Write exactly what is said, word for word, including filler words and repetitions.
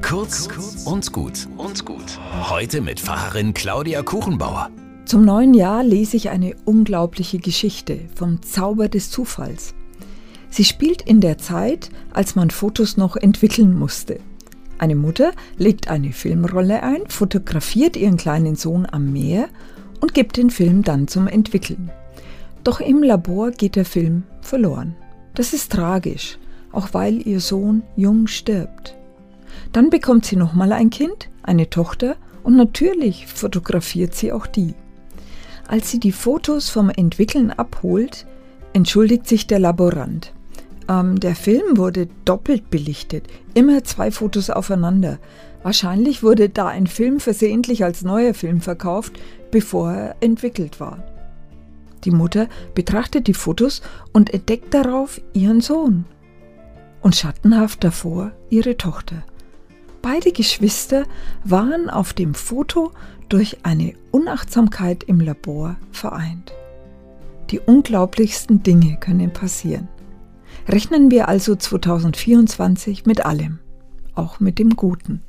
Kurz und gut und gut. Heute mit Pfarrerin Claudia Kuchenbauer. Zum neuen Jahr lese ich eine unglaubliche Geschichte vom Zauber des Zufalls. Sie spielt in der Zeit, als man Fotos noch entwickeln musste. Eine Mutter legt eine Filmrolle ein, fotografiert ihren kleinen Sohn am Meer und gibt den Film dann zum Entwickeln. Doch im Labor geht der Film verloren. Das ist tragisch, auch weil ihr Sohn jung stirbt. Dann bekommt sie nochmal ein Kind, eine Tochter, und natürlich fotografiert sie auch die. Als sie die Fotos vom Entwickeln abholt, entschuldigt sich der Laborant. Ähm, der Film wurde doppelt belichtet, immer zwei Fotos aufeinander. Wahrscheinlich wurde da ein Film versehentlich als neuer Film verkauft, bevor er entwickelt war. Die Mutter betrachtet die Fotos und entdeckt darauf ihren Sohn. Und schattenhaft davor ihre Tochter. Beide Geschwister waren auf dem Foto durch eine Unachtsamkeit im Labor vereint. Die unglaublichsten Dinge können passieren. Rechnen wir also zwanzig vierundzwanzig mit allem, auch mit dem Guten.